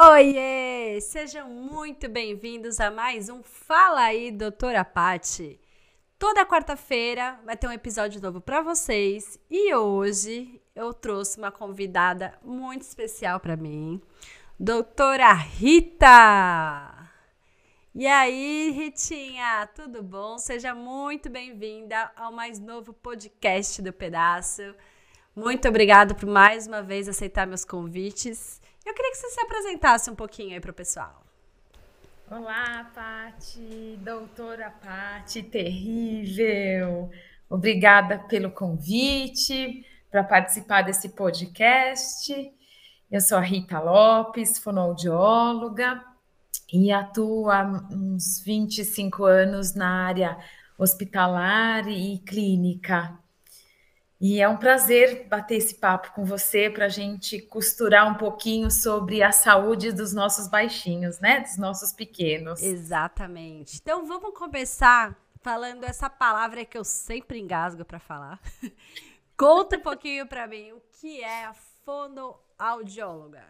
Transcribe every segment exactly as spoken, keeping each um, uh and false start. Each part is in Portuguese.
Oiê! Sejam muito bem-vindos a mais um Fala aí, doutora Paty. Toda quarta-feira vai ter um episódio novo para vocês e hoje eu trouxe uma convidada muito especial para mim, doutora Rita. E aí, Ritinha, tudo bom? Seja muito bem-vinda ao mais novo podcast do Pedaço. Muito obrigada por mais uma vez aceitar meus convites. Eu queria que você se apresentasse um pouquinho aí para o pessoal. Olá, Paty, doutora Paty, terrível. Obrigada pelo convite para participar desse podcast. Eu sou a Rita Lopes, fonoaudióloga e atuo há uns vinte e cinco anos na área hospitalar e clínica. E é um prazer bater esse papo com você para a gente costurar um pouquinho sobre a saúde dos nossos baixinhos, né? Dos nossos pequenos. Exatamente. Então vamos começar falando essa palavra que eu sempre engasgo para falar. Conta um pouquinho para mim o que é a fonoaudióloga.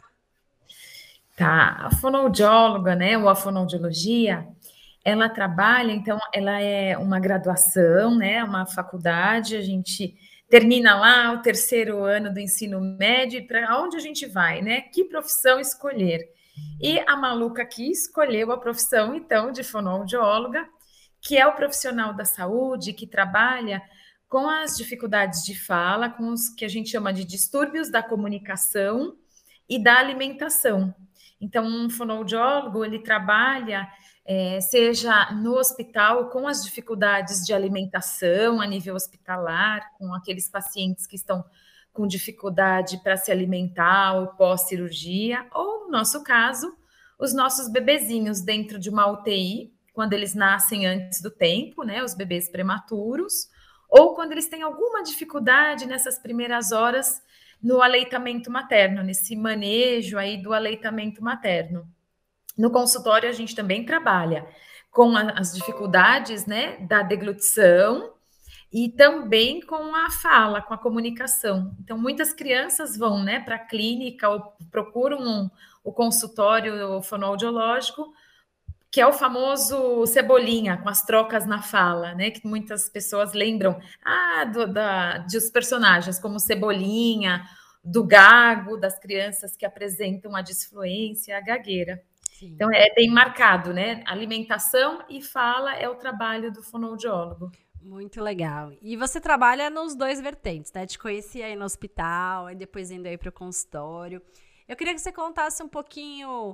Tá, a fonoaudióloga, né, ou a fonoaudiologia, ela trabalha, então, ela é uma graduação, né, uma faculdade, a gente termina lá o terceiro ano do ensino médio, para onde a gente vai, né, que profissão escolher. E a maluca aqui escolheu a profissão, então, de fonoaudióloga, que é o profissional da saúde que trabalha com as dificuldades de fala, com os que a gente chama de distúrbios da comunicação e da alimentação. Então, um fonoaudiólogo, ele trabalha, é, seja no hospital, com as dificuldades de alimentação a nível hospitalar, com aqueles pacientes que estão com dificuldade para se alimentar ou pós-cirurgia, ou, no nosso caso, os nossos bebezinhos dentro de uma U T I, quando eles nascem antes do tempo, né, os bebês prematuros, ou quando eles têm alguma dificuldade nessas primeiras horas no aleitamento materno, nesse manejo aí do aleitamento materno. No consultório, a gente também trabalha com a, as dificuldades, né, da deglutição e também com a fala, com a comunicação. Então, muitas crianças vão, né, para a clínica ou procuram um, o consultório fonoaudiológico, que é o famoso cebolinha, com as trocas na fala, né? Que muitas pessoas lembram ah, do, da, dos personagens, como Cebolinha, do gago, das crianças que apresentam a disfluência, a gagueira. Então, Sim. é bem marcado, né? Alimentação e fala é o trabalho do fonoaudiólogo. Muito legal. E você trabalha nos dois vertentes, né? Te conheci aí no hospital, e depois indo aí para o consultório. Eu queria que você contasse um pouquinho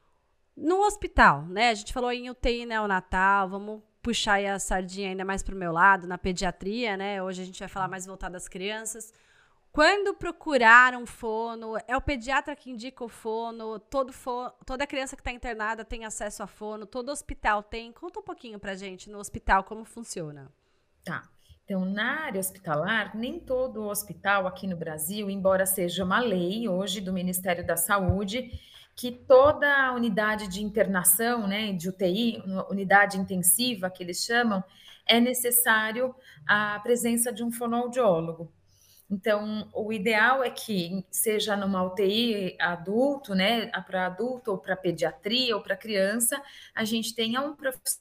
no hospital, né? A gente falou em U T I neonatal, vamos puxar aí a sardinha ainda mais para o meu lado, na pediatria, né? Hoje a gente vai falar mais voltado às crianças. Quando procurar um fono, é o pediatra que indica o fono, todo fono, toda criança que está internada tem acesso a fono, todo hospital tem. Conta um pouquinho pra gente no hospital como funciona. Tá. Então, na área hospitalar, nem todo hospital aqui no Brasil, embora seja uma lei hoje do Ministério da Saúde, que toda unidade de internação, né, de U T I, unidade intensiva que eles chamam, é necessário a presença de um fonoaudiólogo. Então, o ideal é que seja numa U T I adulto, né, para adulto ou para pediatria ou para criança, a gente tenha um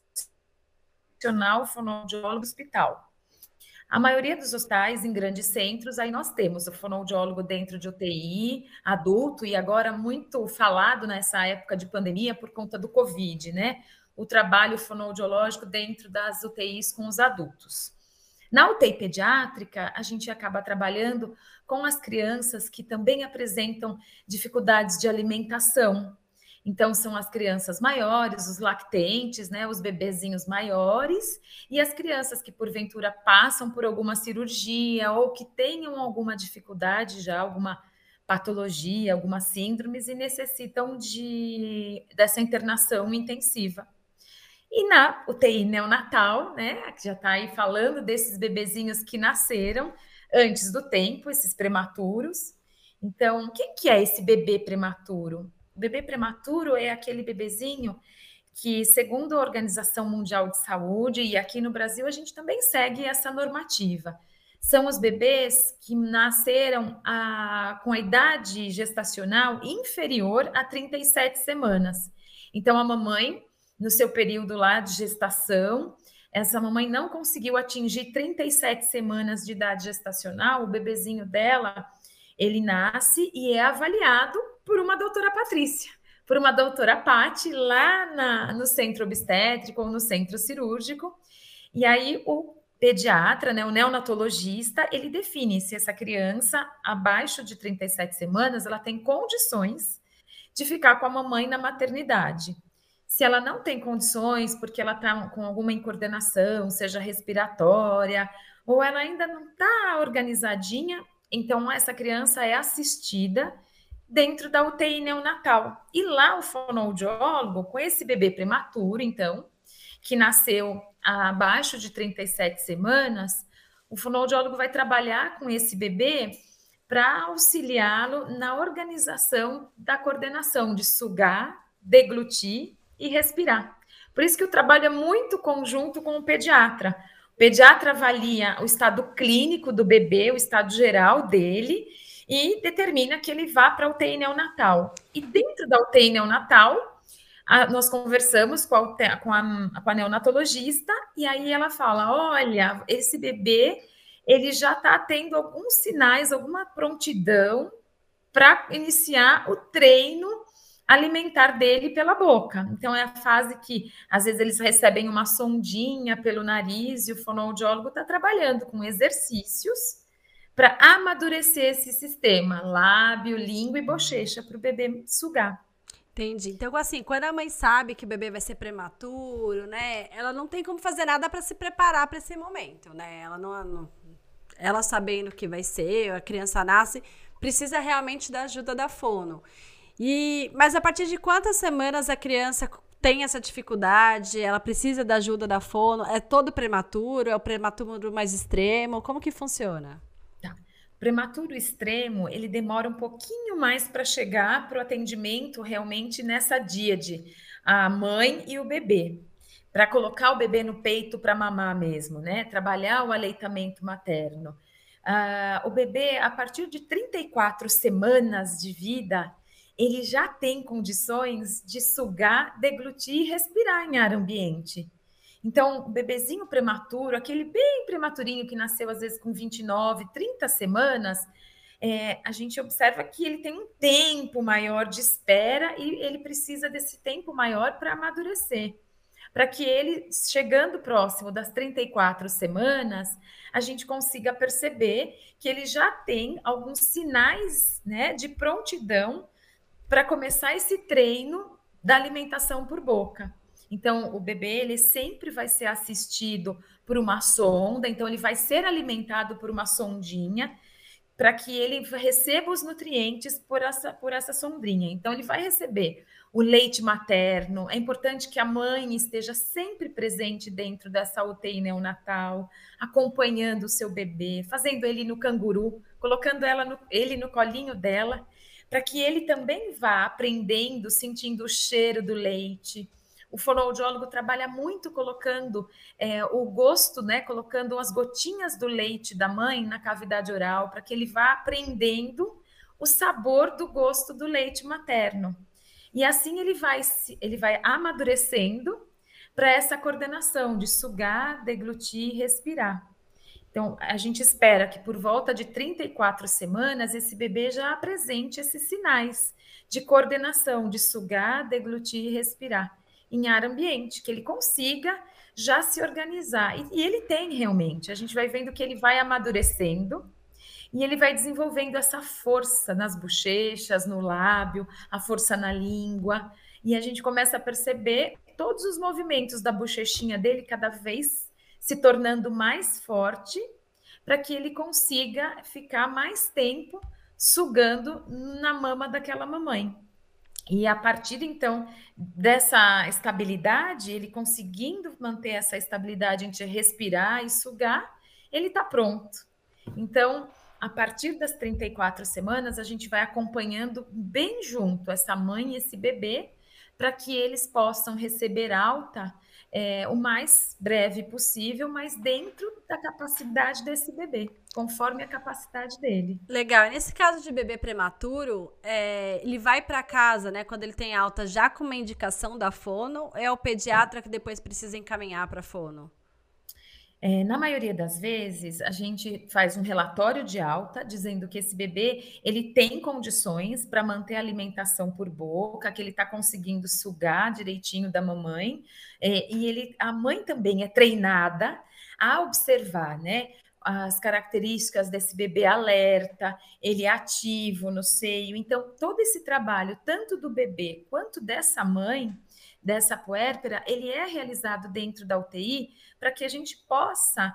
profissional fonoaudiólogo hospital. A maioria dos hospitais em grandes centros, aí nós temos o fonoaudiólogo dentro de U T I, adulto, e agora muito falado nessa época de pandemia por conta do Covid, né? O trabalho fonoaudiológico dentro das U T Is com os adultos. Na U T I pediátrica, a gente acaba trabalhando com as crianças que também apresentam dificuldades de alimentação. Então, são as crianças maiores, os lactentes, né, os bebezinhos maiores, e as crianças que, porventura, passam por alguma cirurgia ou que tenham alguma dificuldade já, alguma patologia, algumas síndromes e necessitam de, dessa internação intensiva. E na U T I neonatal, né, que já está aí falando desses bebezinhos que nasceram antes do tempo, esses prematuros. Então, o que, que é esse bebê prematuro? O bebê prematuro é aquele bebezinho que, segundo a Organização Mundial de Saúde, e aqui no Brasil a gente também segue essa normativa, são os bebês que nasceram a, com a idade gestacional inferior a trinta e sete semanas. Então, a mamãe, no seu período lá de gestação, essa mamãe não conseguiu atingir trinta e sete semanas de idade gestacional, o bebezinho dela, ele nasce e é avaliado por uma doutora Patrícia, por uma doutora Pati, lá na, no centro obstétrico ou no centro cirúrgico. E aí o pediatra, né, o neonatologista, ele define se essa criança abaixo de trinta e sete semanas, ela tem condições de ficar com a mamãe na maternidade. Se ela não tem condições, porque ela está com alguma incoordenação, seja respiratória, ou ela ainda não está organizadinha, então essa criança é assistida dentro da U T I neonatal. E lá o fonoaudiólogo, com esse bebê prematuro, então, que nasceu abaixo de trinta e sete semanas, o fonoaudiólogo vai trabalhar com esse bebê para auxiliá-lo na organização da coordenação de sugar, deglutir e respirar. Por isso que o trabalho é muito conjunto com o pediatra. O pediatra avalia o estado clínico do bebê, o estado geral dele, e determina que ele vá para a U T I neonatal. E dentro da U T I neonatal, a, nós conversamos com a, com, a, com a neonatologista, e aí ela fala, olha, esse bebê, ele já está tendo alguns sinais, alguma prontidão para iniciar o treino alimentar dele pela boca. Então, é a fase que, às vezes, eles recebem uma sondinha pelo nariz e o fonoaudiólogo está trabalhando com exercícios para amadurecer esse sistema, lábio, língua e bochecha, para o bebê sugar. Entendi. Então, assim, quando a mãe sabe que o bebê vai ser prematuro, né, ela não tem como fazer nada para se preparar para esse momento, né? Ela não, não, ela sabendo que vai ser, a criança nasce, precisa realmente da ajuda da fono. E, mas a partir de quantas semanas a criança tem essa dificuldade? Ela precisa da ajuda da fono? É todo prematuro? É o prematuro mais extremo? Como que funciona? Prematuro extremo, ele demora um pouquinho mais para chegar para o atendimento realmente nessa díade, a mãe e o bebê, para colocar o bebê no peito para mamar mesmo, né? Trabalhar o aleitamento materno. Ah, o bebê, a partir de trinta e quatro semanas de vida, ele já tem condições de sugar, deglutir e respirar em ar ambiente. Então, o bebezinho prematuro, aquele bem prematurinho que nasceu às vezes com vinte e nove, trinta semanas, é, a gente observa que ele tem um tempo maior de espera e ele precisa desse tempo maior para amadurecer. Para que ele, chegando próximo das trinta e quatro semanas, a gente consiga perceber que ele já tem alguns sinais, né, de prontidão para começar esse treino da alimentação por boca. Então, o bebê, ele sempre vai ser assistido por uma sonda, então ele vai ser alimentado por uma sondinha, para que ele receba os nutrientes por essa, por essa sondinha. Então, ele vai receber o leite materno. É importante que a mãe esteja sempre presente dentro dessa U T I neonatal, acompanhando o seu bebê, fazendo ele no canguru, colocando ela no, ele no colinho dela, para que ele também vá aprendendo, sentindo o cheiro do leite. O fonoaudiólogo trabalha muito colocando é, o gosto, né, colocando as gotinhas do leite da mãe na cavidade oral, para que ele vá aprendendo o sabor do gosto do leite materno. E assim ele vai, ele vai amadurecendo para essa coordenação de sugar, deglutir e respirar. Então, a gente espera que por volta de trinta e quatro semanas, esse bebê já apresente esses sinais de coordenação, de sugar, deglutir e respirar em ar ambiente, que ele consiga já se organizar. E, e ele tem realmente, a gente vai vendo que ele vai amadurecendo e ele vai desenvolvendo essa força nas bochechas, no lábio, a força na língua, e a gente começa a perceber todos os movimentos da bochechinha dele cada vez se tornando mais forte, para que ele consiga ficar mais tempo sugando na mama daquela mamãe. E a partir, então, dessa estabilidade, ele conseguindo manter essa estabilidade entre respirar e sugar, ele está pronto. Então, a partir das trinta e quatro semanas, a gente vai acompanhando bem junto essa mãe e esse bebê para que eles possam receber alta é, o mais breve possível, mas dentro da capacidade desse bebê, conforme a capacidade dele. Legal. Nesse caso de bebê prematuro, é, ele vai para casa, né, quando ele tem alta, já com uma indicação da fono, ou é o pediatra que depois precisa encaminhar para fono? É, na maioria das vezes, a gente faz um relatório de alta, dizendo que esse bebê ele tem condições para manter a alimentação por boca, que ele está conseguindo sugar direitinho da mamãe, é, e ele, a mãe também é treinada a observar, né, as características desse bebê alerta, ele é ativo no seio. Então, todo esse trabalho, tanto do bebê quanto dessa mãe, dessa puérpera, ele é realizado dentro da U T I para que a gente possa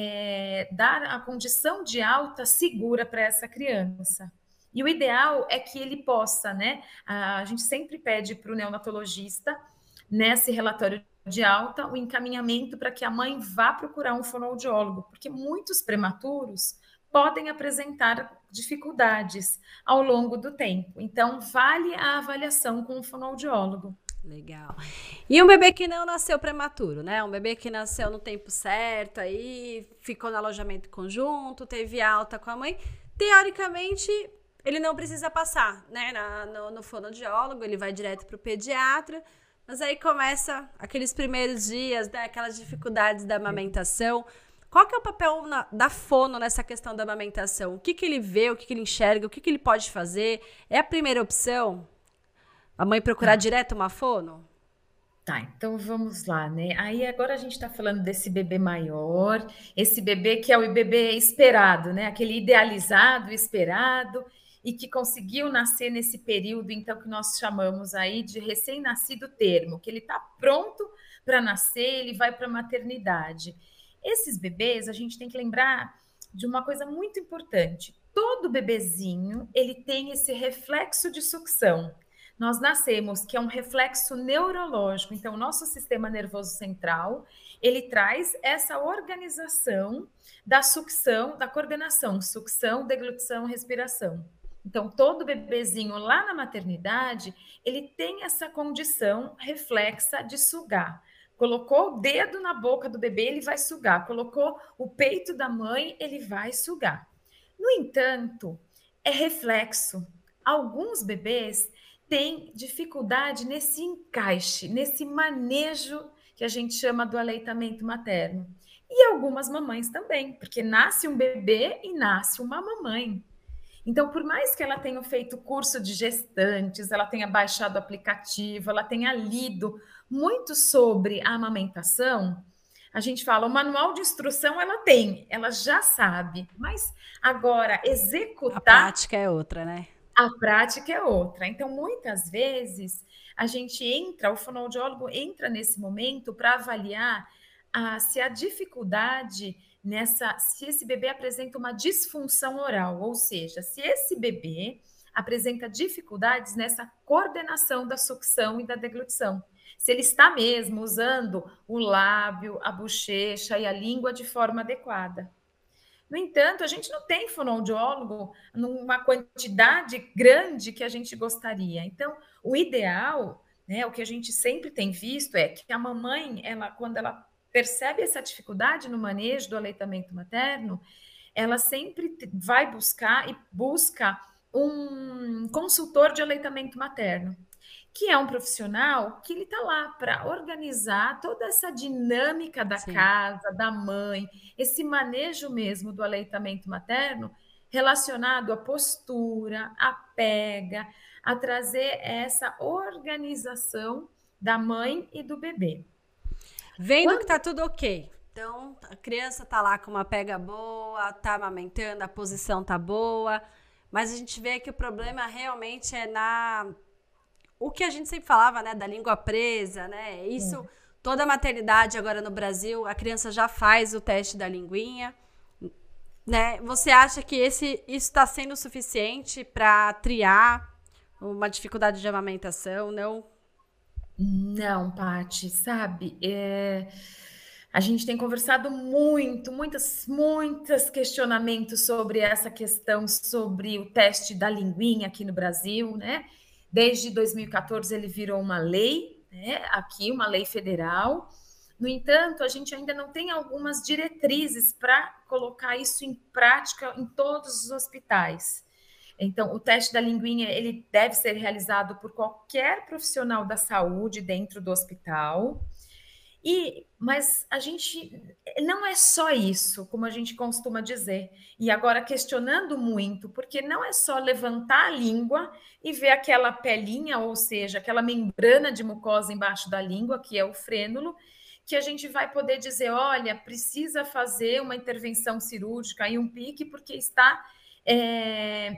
é, dar a condição de alta segura para essa criança. E o ideal é que ele possa, né? A gente sempre pede para o neonatologista, nesse relatório de alta, o encaminhamento para que a mãe vá procurar um fonoaudiólogo, porque muitos prematuros podem apresentar dificuldades ao longo do tempo. Então, vale a avaliação com o fonoaudiólogo. Legal. E um bebê que não nasceu prematuro, né? Um bebê que nasceu no tempo certo, aí ficou no alojamento conjunto, teve alta com a mãe. Teoricamente, ele não precisa passar, né? Na, no, no fonoaudiólogo, ele vai direto para o pediatra. Mas aí começa aqueles primeiros dias, né? Aquelas dificuldades da amamentação. Qual que é o papel na, da fono nessa questão da amamentação? O que, que ele vê, o que, que ele enxerga, o que, que ele pode fazer? É a primeira opção? A mãe procurar Tá. direto uma fono? Tá, então vamos lá, né? Aí agora a gente está falando desse bebê maior, esse bebê que é o bebê esperado, né? Aquele idealizado, esperado, e que conseguiu nascer nesse período, então, que nós chamamos aí de recém-nascido termo, que ele está pronto para nascer, ele vai para a maternidade. Esses bebês, a gente tem que lembrar de uma coisa muito importante. Todo bebezinho, ele tem esse reflexo de sucção. Nós nascemos, que é um reflexo neurológico. Então, o nosso sistema nervoso central, ele traz essa organização da sucção, da coordenação, sucção, deglutição, respiração. Então, todo bebezinho lá na maternidade, ele tem essa condição reflexa de sugar. Colocou o dedo na boca do bebê, ele vai sugar. Colocou o peito da mãe, ele vai sugar. No entanto, é reflexo. Alguns bebês tem dificuldade nesse encaixe, nesse manejo que a gente chama do aleitamento materno. E algumas mamães também, porque nasce um bebê e nasce uma mamãe. Então, por mais que ela tenha feito curso de gestantes, ela tenha baixado o aplicativo, ela tenha lido muito sobre a amamentação, a gente fala, o manual de instrução ela tem, ela já sabe, mas agora executar... A prática é outra, né? A prática é outra. Então, muitas vezes, a gente entra, o fonoaudiólogo entra nesse momento para avaliar ah, se a dificuldade nessa, se esse bebê apresenta uma disfunção oral, ou seja, se esse bebê apresenta dificuldades nessa coordenação da sucção e da deglutição. Se ele está mesmo usando o lábio, a bochecha e a língua de forma adequada. No entanto, a gente não tem fonoaudiólogo numa quantidade grande que a gente gostaria. Então, o ideal, né, o que a gente sempre tem visto é que a mamãe, ela, quando ela percebe essa dificuldade no manejo do aleitamento materno, ela sempre vai buscar e busca um consultor de aleitamento materno, que é um profissional que ele está lá para organizar toda essa dinâmica da Sim. casa, da mãe, esse manejo mesmo do aleitamento materno relacionado à postura, à pega, a trazer essa organização da mãe e do bebê. Vendo Quando... que tá tudo ok. Então, a criança tá lá com uma pega boa, tá amamentando, a posição tá boa, mas a gente vê que o problema realmente é na... O que a gente sempre falava, né, da língua presa, né, isso, é. Toda a maternidade agora no Brasil, a criança já faz o teste da linguinha, né, você acha que esse, isso está sendo suficiente para triar uma dificuldade de amamentação, não? Não, Paty, sabe, é... a gente tem conversado muito, muitas, muitos questionamentos sobre essa questão, sobre o teste da linguinha aqui no Brasil, né, Desde dois mil e quatorze ele virou uma lei, né, aqui, uma lei federal. No entanto, a gente ainda não tem algumas diretrizes para colocar isso em prática em todos os hospitais. Então, o teste da linguinha, ele deve ser realizado por qualquer profissional da saúde dentro do hospital. E, mas a gente não é só isso, como a gente costuma dizer. E agora questionando muito, porque não é só levantar a língua e ver aquela pelinha, ou seja, aquela membrana de mucosa embaixo da língua, que é o frênulo, que a gente vai poder dizer, olha, precisa fazer uma intervenção cirúrgica e um pique, porque está é,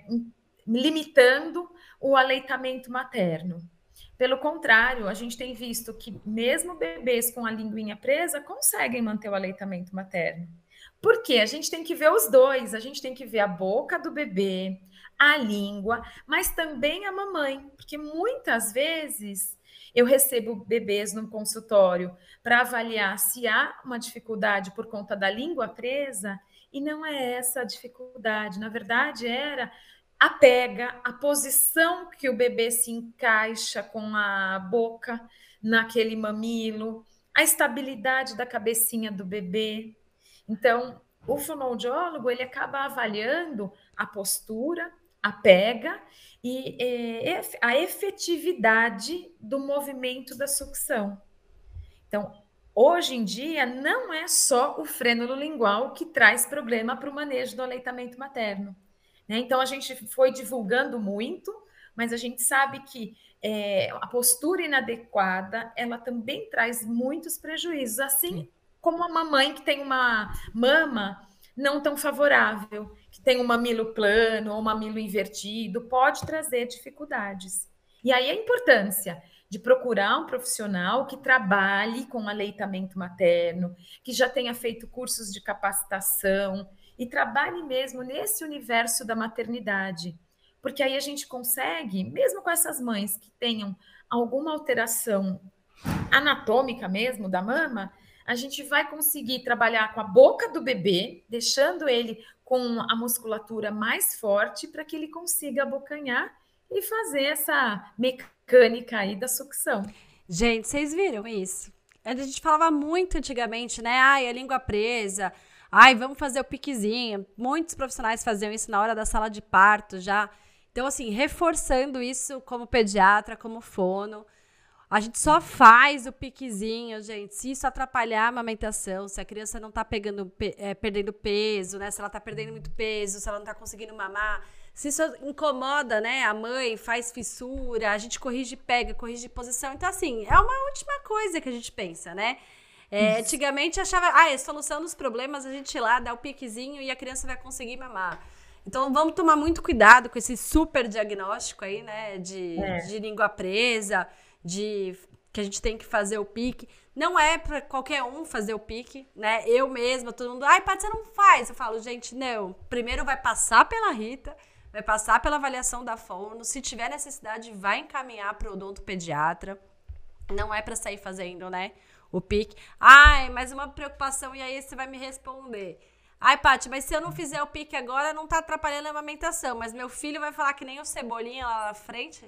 limitando o aleitamento materno. Pelo contrário, a gente tem visto que mesmo bebês com a linguinha presa conseguem manter o aleitamento materno. Por quê? A gente tem que ver os dois, a gente tem que ver a boca do bebê, a língua, mas também a mamãe, porque muitas vezes eu recebo bebês no consultório para avaliar se há uma dificuldade por conta da língua presa, e não é essa a dificuldade, na verdade era a pega, a posição que o bebê se encaixa com a boca naquele mamilo, a estabilidade da cabecinha do bebê. Então, o fonoaudiólogo, ele acaba avaliando a postura, a pega e é, a efetividade do movimento da sucção. Então, hoje em dia, não é só o frênulo lingual que traz problema para o manejo do aleitamento materno. Né? Então, a gente foi divulgando muito, mas a gente sabe que é, a postura inadequada, ela também traz muitos prejuízos, assim Sim. como a mamãe que tem uma mama não tão favorável, que tem um mamilo plano ou um mamilo invertido, pode trazer dificuldades. E aí a importância de procurar um profissional que trabalhe com aleitamento materno, que já tenha feito cursos de capacitação, e trabalhe mesmo nesse universo da maternidade, porque aí a gente consegue, mesmo com essas mães que tenham alguma alteração anatômica mesmo da mama, a gente vai conseguir trabalhar com a boca do bebê, deixando ele com a musculatura mais forte para que ele consiga abocanhar e fazer essa mecânica aí da sucção. Gente, vocês viram isso? A gente falava muito antigamente, né? Ai, a língua presa... Ai, vamos fazer o piquezinho. Muitos profissionais faziam isso na hora da sala de parto já. Então, assim, reforçando isso como pediatra, como fono. A gente só faz o piquezinho, gente, se isso atrapalhar a amamentação, se a criança não tá pegando, é, perdendo peso, né? Se ela tá perdendo muito peso, se ela não tá conseguindo mamar. Se isso incomoda, né, a mãe, faz fissura, a gente corrige pega, corrige posição. Então, assim, é uma última coisa que a gente pensa, né? É, antigamente achava, ah, é solução dos problemas, a gente ir lá, dar o piquezinho e a criança vai conseguir mamar. Então vamos tomar muito cuidado com esse super diagnóstico aí, né, de, é. de língua presa, de que a gente tem que fazer o pique. Não é para qualquer um fazer o pique, né? Eu mesma, todo mundo, ai, Paty, você não faz. Eu falo, gente, não, primeiro vai passar pela Rita, vai passar pela avaliação da fono, se tiver necessidade, vai encaminhar para o odontopediatra. Não é para sair fazendo, né? O pique. Ai, mas uma preocupação, e aí você vai me responder. Ai, Paty, mas se eu não fizer o pique agora, não tá atrapalhando a amamentação, mas meu filho vai falar que nem o Cebolinha lá na frente?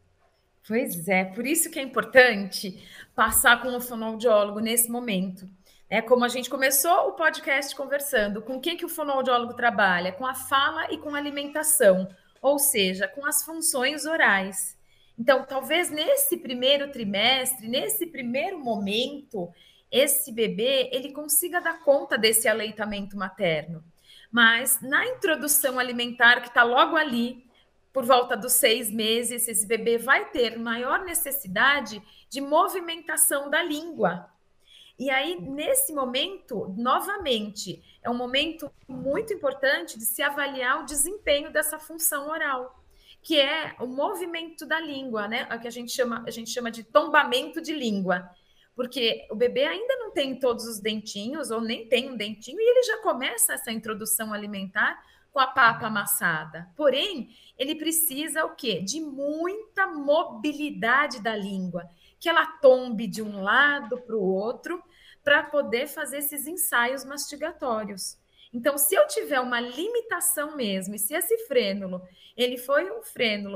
Pois é, por isso que é importante passar com o fonoaudiólogo nesse momento. É como a gente começou o podcast conversando, com quem que o fonoaudiólogo trabalha? Com a fala e com a alimentação, ou seja, com as funções orais. Então, talvez nesse primeiro trimestre, nesse primeiro momento, esse bebê ele consiga dar conta desse aleitamento materno. Mas na introdução alimentar, que está logo ali, por volta dos seis meses, esse bebê vai ter maior necessidade de movimentação da língua. E aí, nesse momento, novamente, é um momento muito importante de se avaliar o desempenho dessa função oral, que é o movimento da língua, né? O que a gente chama, a gente chama de tombamento de língua, porque o bebê ainda não tem todos os dentinhos, ou nem tem um dentinho, e ele já começa essa introdução alimentar com a papa amassada. Porém, ele precisa o quê? De muita mobilidade da língua, que ela tombe de um lado para o outro, para poder fazer esses ensaios mastigatórios. Então, se eu tiver uma limitação mesmo, e se esse frênulo, ele foi um frênulo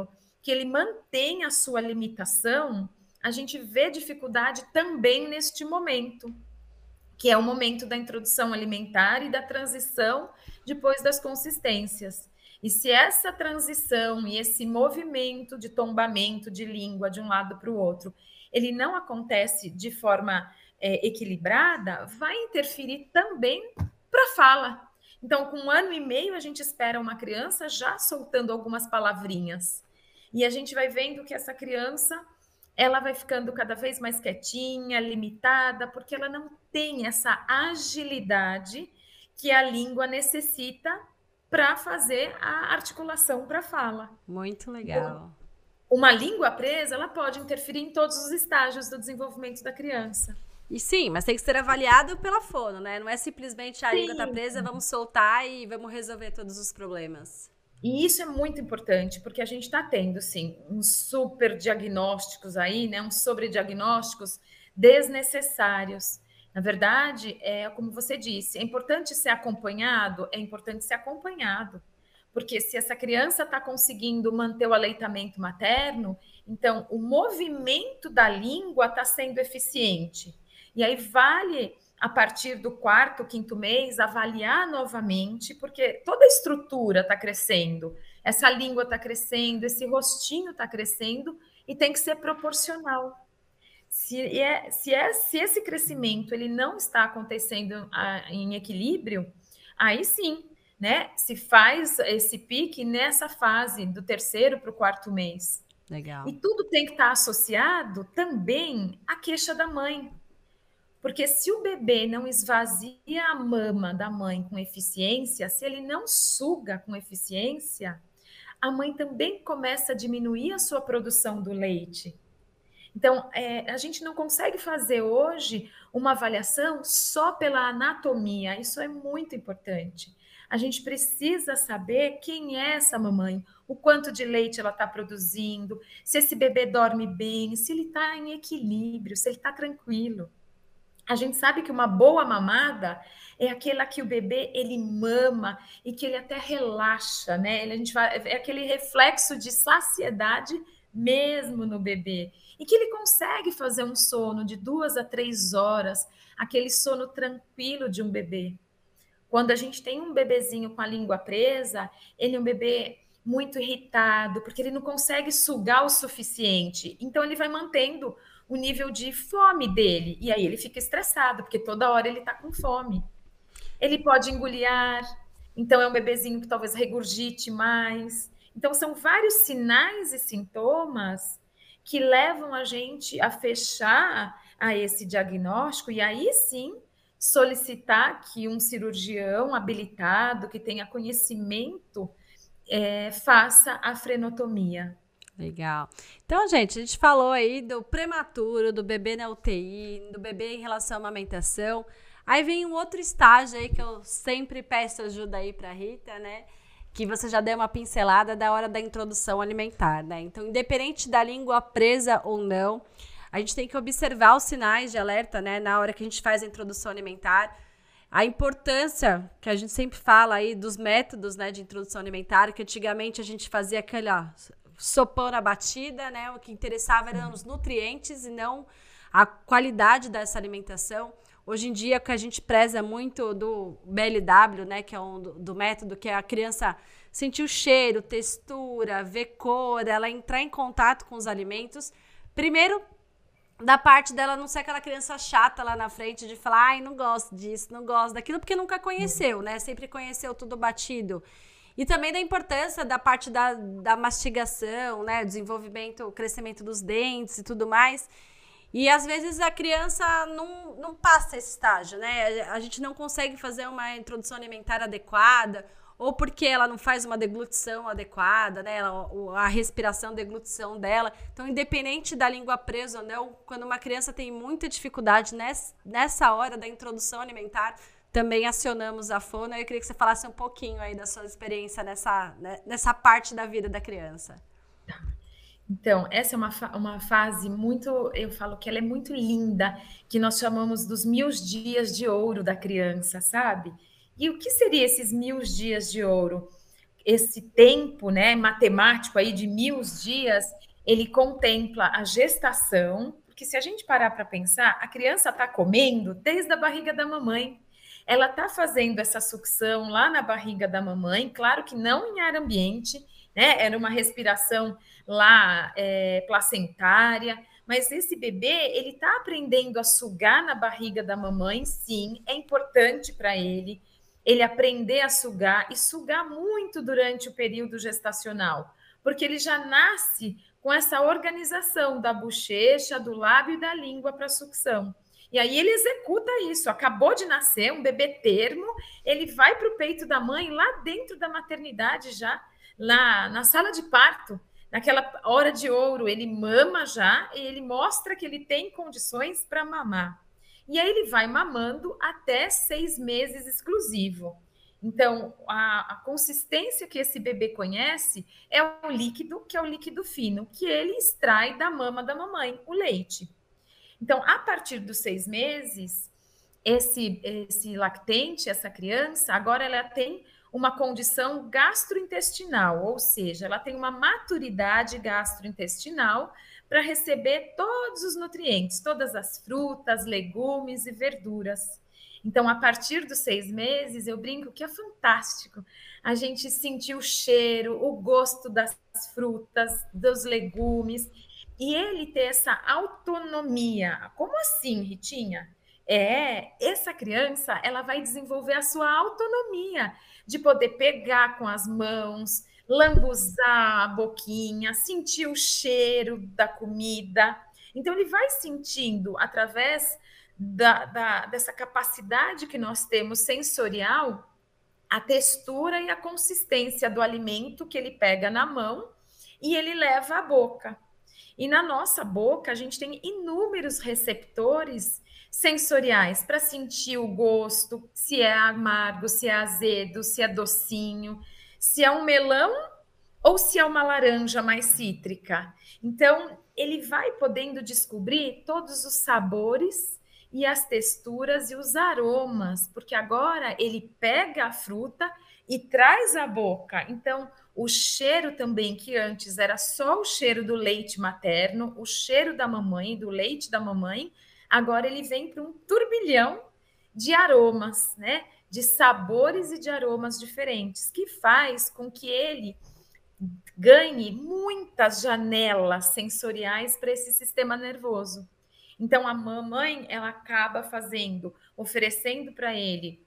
que ele mantém a sua limitação, a gente vê dificuldade também neste momento, que é o momento da introdução alimentar e da transição depois das consistências. E se essa transição e esse movimento de tombamento de língua de um lado para o outro, ele não acontece de forma é, equilibrada, vai interferir também para a fala. Então, com um ano e meio, a gente espera uma criança já soltando algumas palavrinhas. E a gente vai vendo que essa criança, ela vai ficando cada vez mais quietinha, limitada, porque ela não tem essa agilidade que a língua necessita para fazer a articulação para a fala. Muito legal. Então, uma língua presa, ela pode interferir em todos os estágios do desenvolvimento da criança. E sim, mas tem que ser avaliado pela fono, né? Não é simplesmente a sim. língua tá presa, vamos soltar e vamos resolver todos os problemas. E isso é muito importante, porque a gente está tendo, sim, uns super diagnósticos aí, né? Uns sobrediagnósticos desnecessários. Na verdade, é como você disse, é importante ser acompanhado, é importante ser acompanhado. Porque se essa criança está conseguindo manter o aleitamento materno, então o movimento da língua está sendo eficiente. E aí vale, a partir do quarto, quinto mês, avaliar novamente, porque toda a estrutura está crescendo, essa língua está crescendo, esse rostinho está crescendo e tem que ser proporcional. Se, é, se, é, se esse crescimento ele não está acontecendo a, em equilíbrio, aí sim, né, se faz esse pique nessa fase do terceiro para o quarto mês. Legal. E tudo tem que estar associado também à queixa da mãe. Porque se o bebê não esvazia a mama da mãe com eficiência, se ele não suga com eficiência, a mãe também começa a diminuir a sua produção do leite. Então, é, a gente não consegue fazer hoje uma avaliação só pela anatomia, isso é muito importante. A gente precisa saber quem é essa mamãe, o quanto de leite ela está produzindo, se esse bebê dorme bem, se ele está em equilíbrio, se ele está tranquilo. A gente sabe que uma boa mamada é aquela que o bebê ele mama e que ele até relaxa, né? A gente vai, é aquele reflexo de saciedade mesmo no bebê. E que ele consegue fazer um sono de duas a três horas, aquele sono tranquilo de um bebê. Quando a gente tem um bebezinho com a língua presa, ele é um bebê muito irritado, porque ele não consegue sugar o suficiente. Então, ele vai mantendo o nível de fome dele. E aí ele fica estressado, porque toda hora ele está com fome. Ele pode engolir ar, então é um bebezinho que talvez regurgite mais. Então, são vários sinais e sintomas que levam a gente a fechar a esse diagnóstico e aí sim solicitar que um cirurgião habilitado, que tenha conhecimento, é, faça a frenotomia. Legal. Então, gente, a gente falou aí do prematuro, do bebê na U T I, do bebê em relação à amamentação. Aí vem um outro estágio aí que eu sempre peço ajuda aí para a Rita, né? Que você já deu uma pincelada da hora da introdução alimentar, né? Então, independente da língua presa ou não, a gente tem que observar os sinais de alerta, né? Na hora que a gente faz a introdução alimentar. A importância que a gente sempre fala aí dos métodos, né, de introdução alimentar, que antigamente a gente fazia aquele, ó, sopão na batida, né? O que interessava eram os nutrientes e não a qualidade dessa alimentação. Hoje em dia, que a gente preza muito do B L W, né, que é um do, do método que é a criança sentir o cheiro, textura, ver cor, ela entrar em contato com os alimentos. Primeiro, da parte dela não ser aquela criança chata lá na frente de falar, ai, não gosto disso, não gosto daquilo, porque nunca conheceu, né? Sempre conheceu tudo batido. E também da importância da parte da, da mastigação, né? Desenvolvimento, o crescimento dos dentes e tudo mais. E às vezes a criança não, não passa esse estágio, né? A gente não consegue fazer uma introdução alimentar adequada, ou porque ela não faz uma deglutição adequada, né? A respiração, a deglutição dela. Então, independente da língua presa ou não, quando uma criança tem muita dificuldade nessa, nessa hora da introdução alimentar, também acionamos a fono. Eu queria que você falasse um pouquinho aí da sua experiência nessa, né, nessa parte da vida da criança. Então, essa é uma, fa- uma fase muito, eu falo que ela é muito linda, que nós chamamos dos mil dias de ouro da criança, sabe? E o que seria esses mil dias de ouro? esse tempo, né, matemático aí de mil dias, ele contempla a gestação, porque se a gente parar para pensar, a criança está comendo desde a barriga da mamãe. Ela está fazendo essa sucção lá na barriga da mamãe, claro que não em ar ambiente, né? Era uma respiração lá é, placentária, mas esse bebê, ele está aprendendo a sugar na barriga da mamãe, sim, é importante para ele, ele aprender a sugar e sugar muito durante o período gestacional, porque ele já nasce com essa organização da bochecha, do lábio e da língua para sucção. E aí ele executa isso, acabou de nascer, um bebê termo, ele vai para o peito da mãe, lá dentro da maternidade já, lá na sala de parto, naquela hora de ouro, ele mama já e ele mostra que ele tem condições para mamar. E aí ele vai mamando até seis meses exclusivo. Então, a, a consistência que esse bebê conhece é o líquido, que é o líquido fino, que ele extrai da mama da mamãe, o leite. Então, a partir dos seis meses, esse, esse lactente, essa criança, agora ela tem uma condição gastrointestinal, ou seja, ela tem uma maturidade gastrointestinal para receber todos os nutrientes, todas as frutas, legumes e verduras. Então, a partir dos seis meses, eu brinco que é fantástico a gente sentir o cheiro, o gosto das frutas, dos legumes, e ele ter essa autonomia. Como assim, Ritinha? É, essa criança, ela vai desenvolver a sua autonomia de poder pegar com as mãos, lambuzar a boquinha, sentir o cheiro da comida. Então, ele vai sentindo, através da, da, dessa capacidade que nós temos sensorial, a textura e a consistência do alimento que ele pega na mão e ele leva à boca. E na nossa boca, a gente tem inúmeros receptores sensoriais para sentir o gosto, se é amargo, se é azedo, se é docinho, se é um melão ou se é uma laranja mais cítrica. Então, ele vai podendo descobrir todos os sabores e as texturas e os aromas, porque agora ele pega a fruta e traz à boca. Então, o cheiro também, que antes era só o cheiro do leite materno, o cheiro da mamãe, do leite da mamãe, agora ele vem para um turbilhão de aromas, né? De sabores e de aromas diferentes, que faz com que ele ganhe muitas janelas sensoriais para esse sistema nervoso. Então, a mamãe, ela acaba fazendo, oferecendo para ele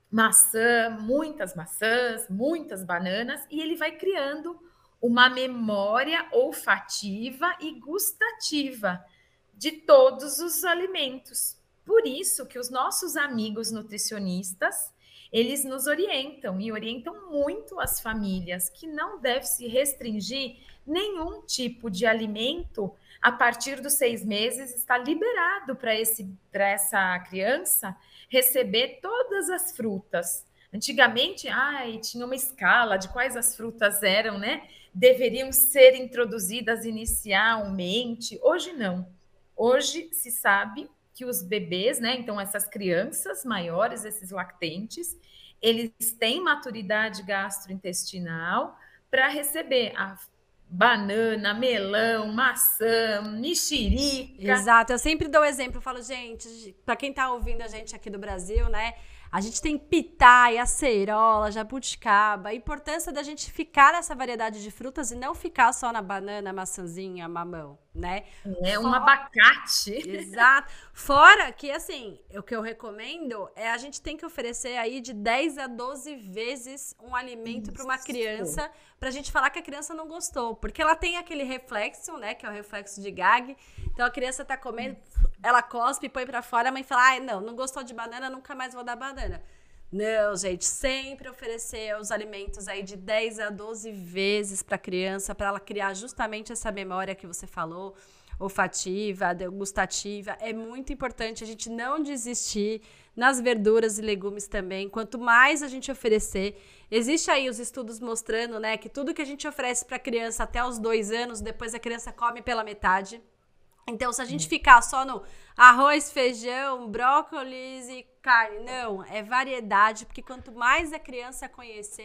maçã, muitas maçãs, muitas bananas, e ele vai criando uma memória olfativa e gustativa de todos os alimentos. Por isso que os nossos amigos nutricionistas, eles nos orientam e orientam muito as famílias que não deve se restringir nenhum tipo de alimento a partir dos seis meses, está liberado para esse, para essa criança receber todas as frutas. Antigamente, ai, tinha uma escala de quais as frutas eram, né? Deveriam ser introduzidas inicialmente. Hoje não. Hoje se sabe que os bebês, né? Então, essas crianças maiores, esses lactentes, eles têm maturidade gastrointestinal para receber a banana, melão, maçã, mexerica. Exato, eu sempre dou exemplo, eu falo, gente, para quem tá ouvindo a gente aqui do Brasil, né? A gente tem pitaia, acerola, jabuticaba. A importância da gente ficar nessa variedade de frutas e não ficar só na banana, maçãzinha, mamão, né? É, um abacate. Exato. Fora que, assim, o que eu recomendo é a gente tem que oferecer aí de dez a doze vezes um alimento para uma criança, pra gente falar que a criança não gostou. Porque ela tem aquele reflexo, né, que é o reflexo de Gag. Então, a criança tá comendo, ela cospe, põe pra fora, a mãe fala, ai, não, não gostou de banana, nunca mais vou dar banana. Não, gente, sempre oferecer os alimentos aí de dez a doze vezes para a criança, para ela criar justamente essa memória que você falou, olfativa, gustativa. É muito importante a gente não desistir nas verduras e legumes também. Quanto mais a gente oferecer, existe aí os estudos mostrando, né, que tudo que a gente oferece para a criança até os dois anos, depois a criança come pela metade. Então, se a gente ficar só no arroz, feijão, brócolis e carne, não, é variedade, porque quanto mais a criança conhecer,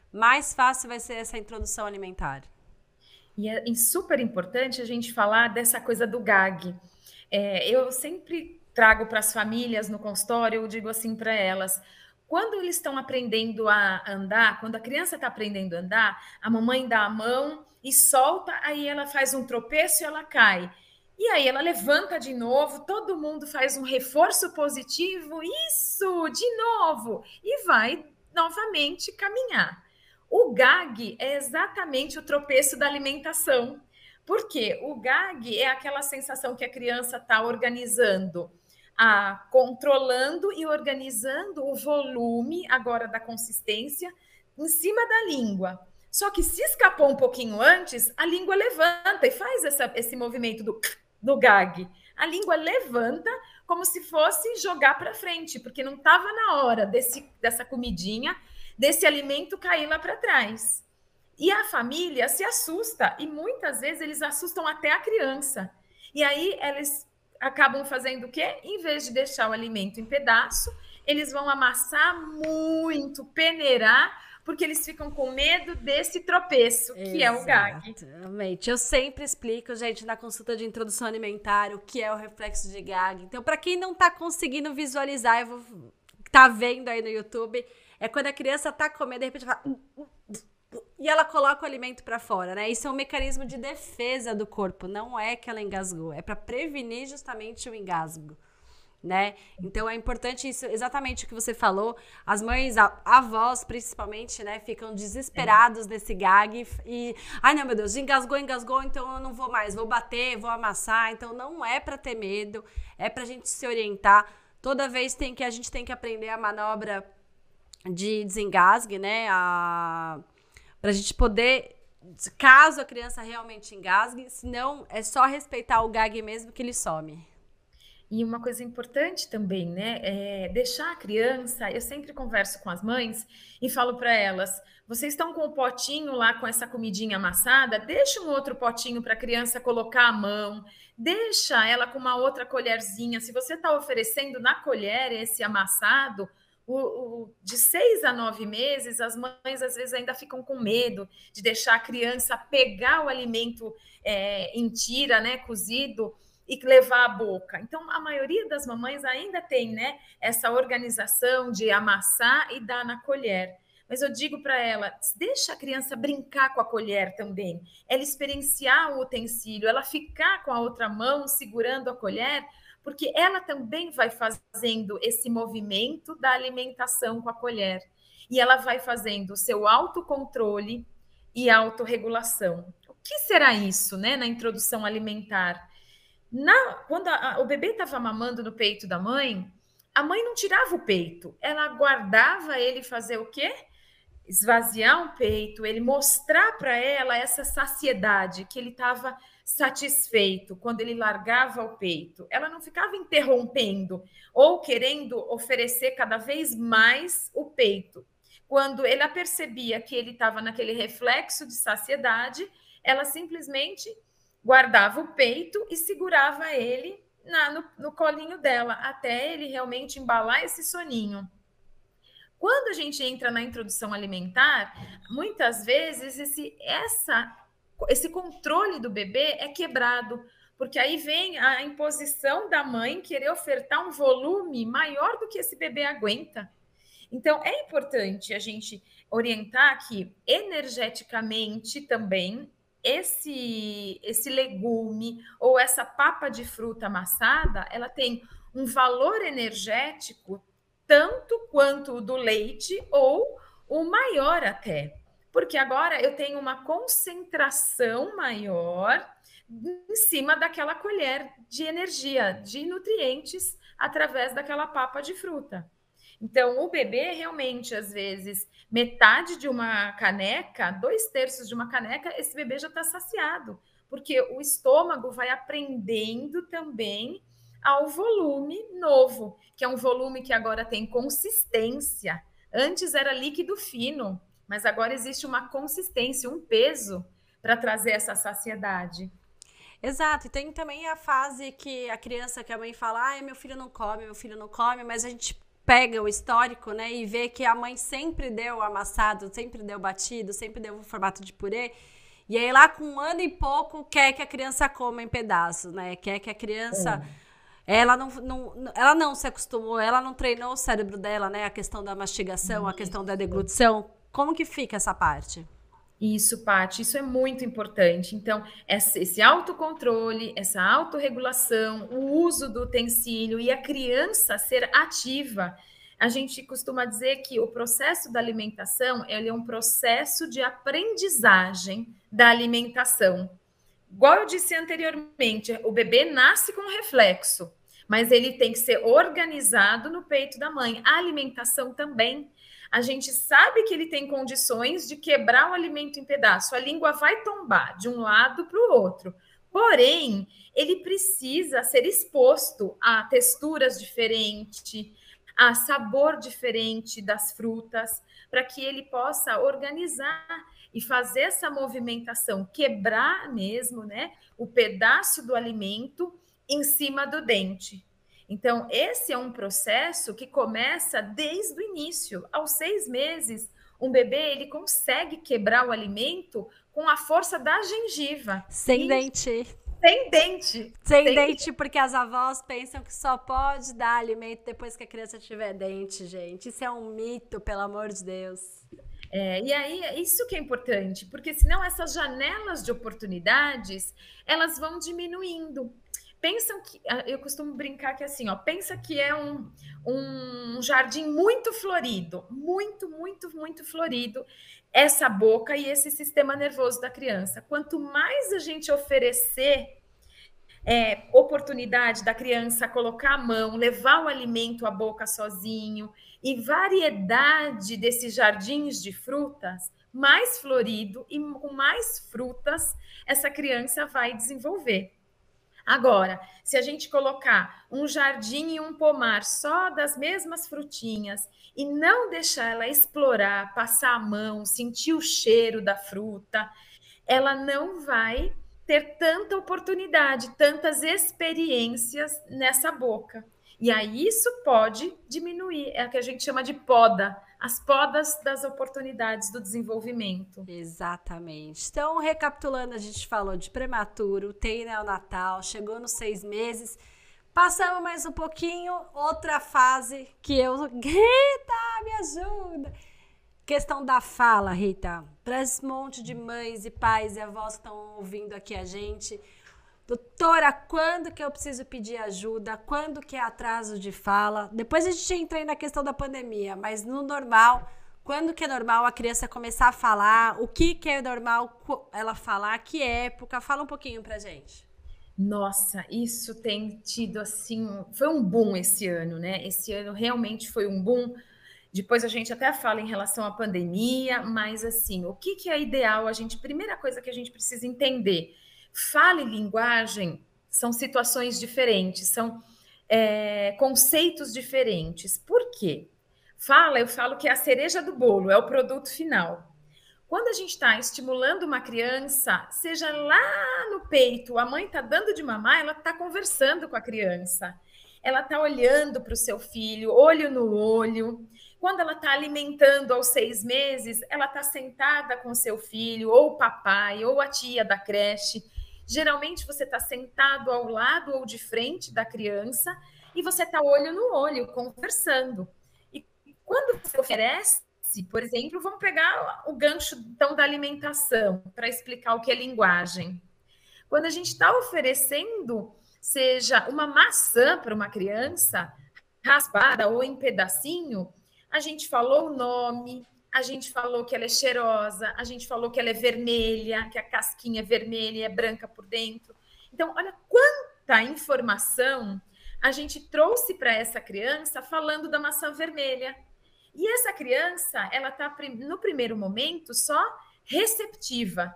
mais fácil vai ser essa introdução alimentar. E é super importante a gente falar dessa coisa do gag. É, eu sempre trago para as famílias no consultório, eu digo assim para elas, quando eles estão aprendendo a andar, quando a criança está aprendendo a andar, a mamãe dá a mão e solta, aí ela faz um tropeço e ela cai. E aí ela levanta de novo, todo mundo faz um reforço positivo, isso, de novo, e vai novamente caminhar. O gag é exatamente o tropeço da alimentação. Por quê? O gag é aquela sensação que a criança está organizando, a, controlando e organizando o volume agora da consistência em cima da língua. Só que se escapou um pouquinho antes, a língua levanta e faz essa, esse movimento do, do gag. A língua levanta como se fosse jogar para frente, porque não estava na hora desse, dessa comidinha, desse alimento cair lá para trás. E a família se assusta, e muitas vezes eles assustam até a criança. E aí eles acabam fazendo o quê? Em vez de deixar o alimento em pedaço, eles vão amassar muito, peneirar, porque eles ficam com medo desse tropeço, que é o gag. Exatamente. Eu sempre explico, gente, na consulta de introdução alimentar, o que é o reflexo de gag. Então, para quem não tá conseguindo visualizar, eu vou tá vendo aí no YouTube, é quando a criança tá comendo, de repente fala... E ela coloca o alimento para fora, né? Isso é um mecanismo de defesa do corpo, não é que ela engasgou, é para prevenir justamente o engasgo, né? Então é importante isso, exatamente o que você falou. As mães, a, avós principalmente, né, ficam desesperados é. nesse gag e, ai não, meu Deus, engasgou, engasgou, então eu não vou mais, vou bater, vou amassar. Então não é para ter medo, é pra gente se orientar. Toda vez tem que a gente tem que aprender a manobra de desengasgue, né? A Pra gente poder, caso a criança realmente engasgue, senão é só respeitar o gag mesmo que ele some. E uma coisa importante também, né, é deixar a criança, eu sempre converso com as mães e falo para elas, vocês estão com o potinho lá com essa comidinha amassada, deixa um outro potinho para a criança colocar a mão, deixa ela com uma outra colherzinha, se você está oferecendo na colher esse amassado, O, o, de seis a nove meses, as mães às vezes ainda ficam com medo de deixar a criança pegar o alimento é, em tira, né, cozido, e levar à boca. Então, a maioria das mamães ainda tem, né, essa organização de amassar e dar na colher. Mas eu digo para ela, deixa a criança brincar com a colher também, ela experienciar o utensílio, ela ficar com a outra mão segurando a colher, porque ela também vai fazendo esse movimento da alimentação com a colher. E ela vai fazendo o seu autocontrole e autorregulação. O que será isso, né, na introdução alimentar? Na, quando a, a, o bebê estava mamando no peito da mãe, a mãe não tirava o peito, ela guardava ele fazer o quê? Esvaziar o peito, ele mostrar para ela essa saciedade, que ele estava satisfeito quando ele largava o peito. Ela não ficava interrompendo ou querendo oferecer cada vez mais o peito. Quando ela percebia que ele estava naquele reflexo de saciedade, ela simplesmente guardava o peito e segurava ele na, no, no colinho dela, até ele realmente embalar esse soninho. Quando a gente entra na introdução alimentar, muitas vezes esse, essa, esse controle do bebê é quebrado, porque aí vem a imposição da mãe querer ofertar um volume maior do que esse bebê aguenta. Então, é importante a gente orientar que, energeticamente também, esse, esse legume ou essa papa de fruta amassada, ela tem um valor energético tanto quanto o do leite ou o maior até. Porque agora eu tenho uma concentração maior em cima daquela colher de energia, de nutrientes, através daquela papa de fruta. Então, o bebê realmente, às vezes, metade de uma caneca, dois terços de uma caneca, esse bebê já está saciado, porque o estômago vai aprendendo também ao volume novo, que é um volume que agora tem consistência. Antes era líquido fino, mas agora existe uma consistência, um peso para trazer essa saciedade. Exato, e tem também a fase que a criança, que a mãe fala, ai, meu filho não come, meu filho não come, mas a gente pega o histórico, né, e vê que a mãe sempre deu amassado, sempre deu batido, sempre deu um formato de purê. E aí lá com um ano e pouco quer que a criança coma em pedaços, né? Quer que a criança... É. Ela não, não, ela não se acostumou, ela não treinou o cérebro dela, né? A questão da mastigação, a questão da deglutição. Como que fica essa parte? Isso, Paty, isso é muito importante. Então, esse autocontrole, essa autorregulação, o uso do utensílio e a criança ser ativa. A gente costuma dizer que o processo da alimentação ele é um processo de aprendizagem da alimentação. Igual eu disse anteriormente, o bebê nasce com reflexo, mas ele tem que ser organizado no peito da mãe. A alimentação também. A gente sabe que ele tem condições de quebrar o alimento em pedaço. A língua vai tombar de um lado para o outro. Porém, ele precisa ser exposto a texturas diferentes, a sabor diferente das frutas, para que ele possa organizar e fazer essa movimentação, quebrar mesmo, né, o pedaço do alimento em cima do dente. Então, esse é um processo que começa desde o início. Aos seis meses, um bebê ele consegue quebrar o alimento com a força da gengiva. Sem e... dente. Sem dente. Sem, Sem dente, porque as avós pensam que só pode dar alimento depois que a criança tiver dente, gente. Isso é um mito, pelo amor de Deus. É, e aí, é isso que é importante, porque senão essas janelas de oportunidades, elas vão diminuindo. Pensam que, eu costumo brincar que assim, ó, pensa que é um, um jardim muito florido, muito, muito, muito florido, essa boca e esse sistema nervoso da criança. Quanto mais a gente oferecer é, oportunidade da criança colocar a mão, levar o alimento à boca sozinho e variedade desses jardins de frutas, mais florido e com mais frutas essa criança vai desenvolver. Agora, se a gente colocar um jardim e um pomar só das mesmas frutinhas e não deixar ela explorar, passar a mão, sentir o cheiro da fruta, ela não vai ter tanta oportunidade, tantas experiências nessa boca. E aí isso pode diminuir, é o que a gente chama de poda, as podas das oportunidades do desenvolvimento. Exatamente. Então, recapitulando, a gente falou de prematuro, tem neonatal, chegou nos seis meses, passamos mais um pouquinho, outra fase que eu... Rita, me ajuda! Questão da fala, Rita, para esse monte de mães e pais e avós que estão ouvindo aqui a gente... Doutora, quando que eu preciso pedir ajuda? Quando que é atraso de fala? Depois a gente entra aí na questão da pandemia, mas no normal, quando que é normal a criança começar a falar? O que que é normal ela falar? Que época? Fala um pouquinho pra gente. Nossa, isso tem tido assim, foi um boom esse ano, né? Esse ano realmente foi um boom. Depois a gente até fala em relação à pandemia, mas assim, o que que é ideal? A gente, primeira coisa que a gente precisa entender, fala e linguagem são situações diferentes, são é, conceitos diferentes. Por quê? Fala, eu falo que é a cereja do bolo, é o produto final. Quando a gente está estimulando uma criança, seja lá no peito, a mãe está dando de mamar, ela está conversando com a criança. Ela está olhando para o seu filho, olho no olho. Quando ela está alimentando aos seis meses, ela está sentada com o seu filho, ou o papai, ou a tia da creche. Geralmente você está sentado ao lado ou de frente da criança e você está olho no olho, conversando. E quando você oferece, por exemplo, vamos pegar o gancho então da alimentação para explicar o que é linguagem. Quando a gente está oferecendo, seja uma maçã para uma criança, raspada ou em pedacinho, a gente falou o nome, a gente falou que ela é cheirosa, a gente falou que ela é vermelha, que a casquinha é vermelha e é branca por dentro. Então, olha quanta informação a gente trouxe para essa criança falando da maçã vermelha. E essa criança, ela está, no primeiro momento, só receptiva.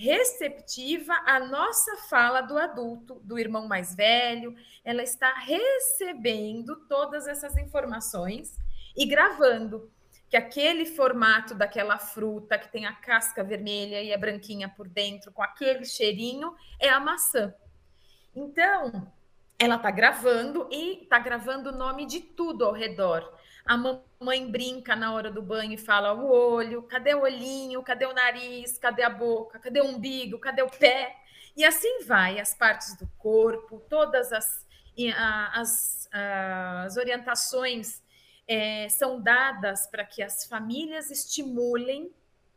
Receptiva à nossa fala do adulto, do irmão mais velho. Ela está recebendo todas essas informações e gravando que aquele formato daquela fruta que tem a casca vermelha e a branquinha por dentro, com aquele cheirinho, é a maçã. Então, ela está gravando e está gravando o nome de tudo ao redor. a mamãe brinca na hora do banho e fala o olho, cadê o olhinho, cadê o nariz, cadê a boca, cadê o umbigo, cadê o pé? E assim vai, as partes do corpo, todas as, as, as orientações é, são dadas para que as famílias estimulem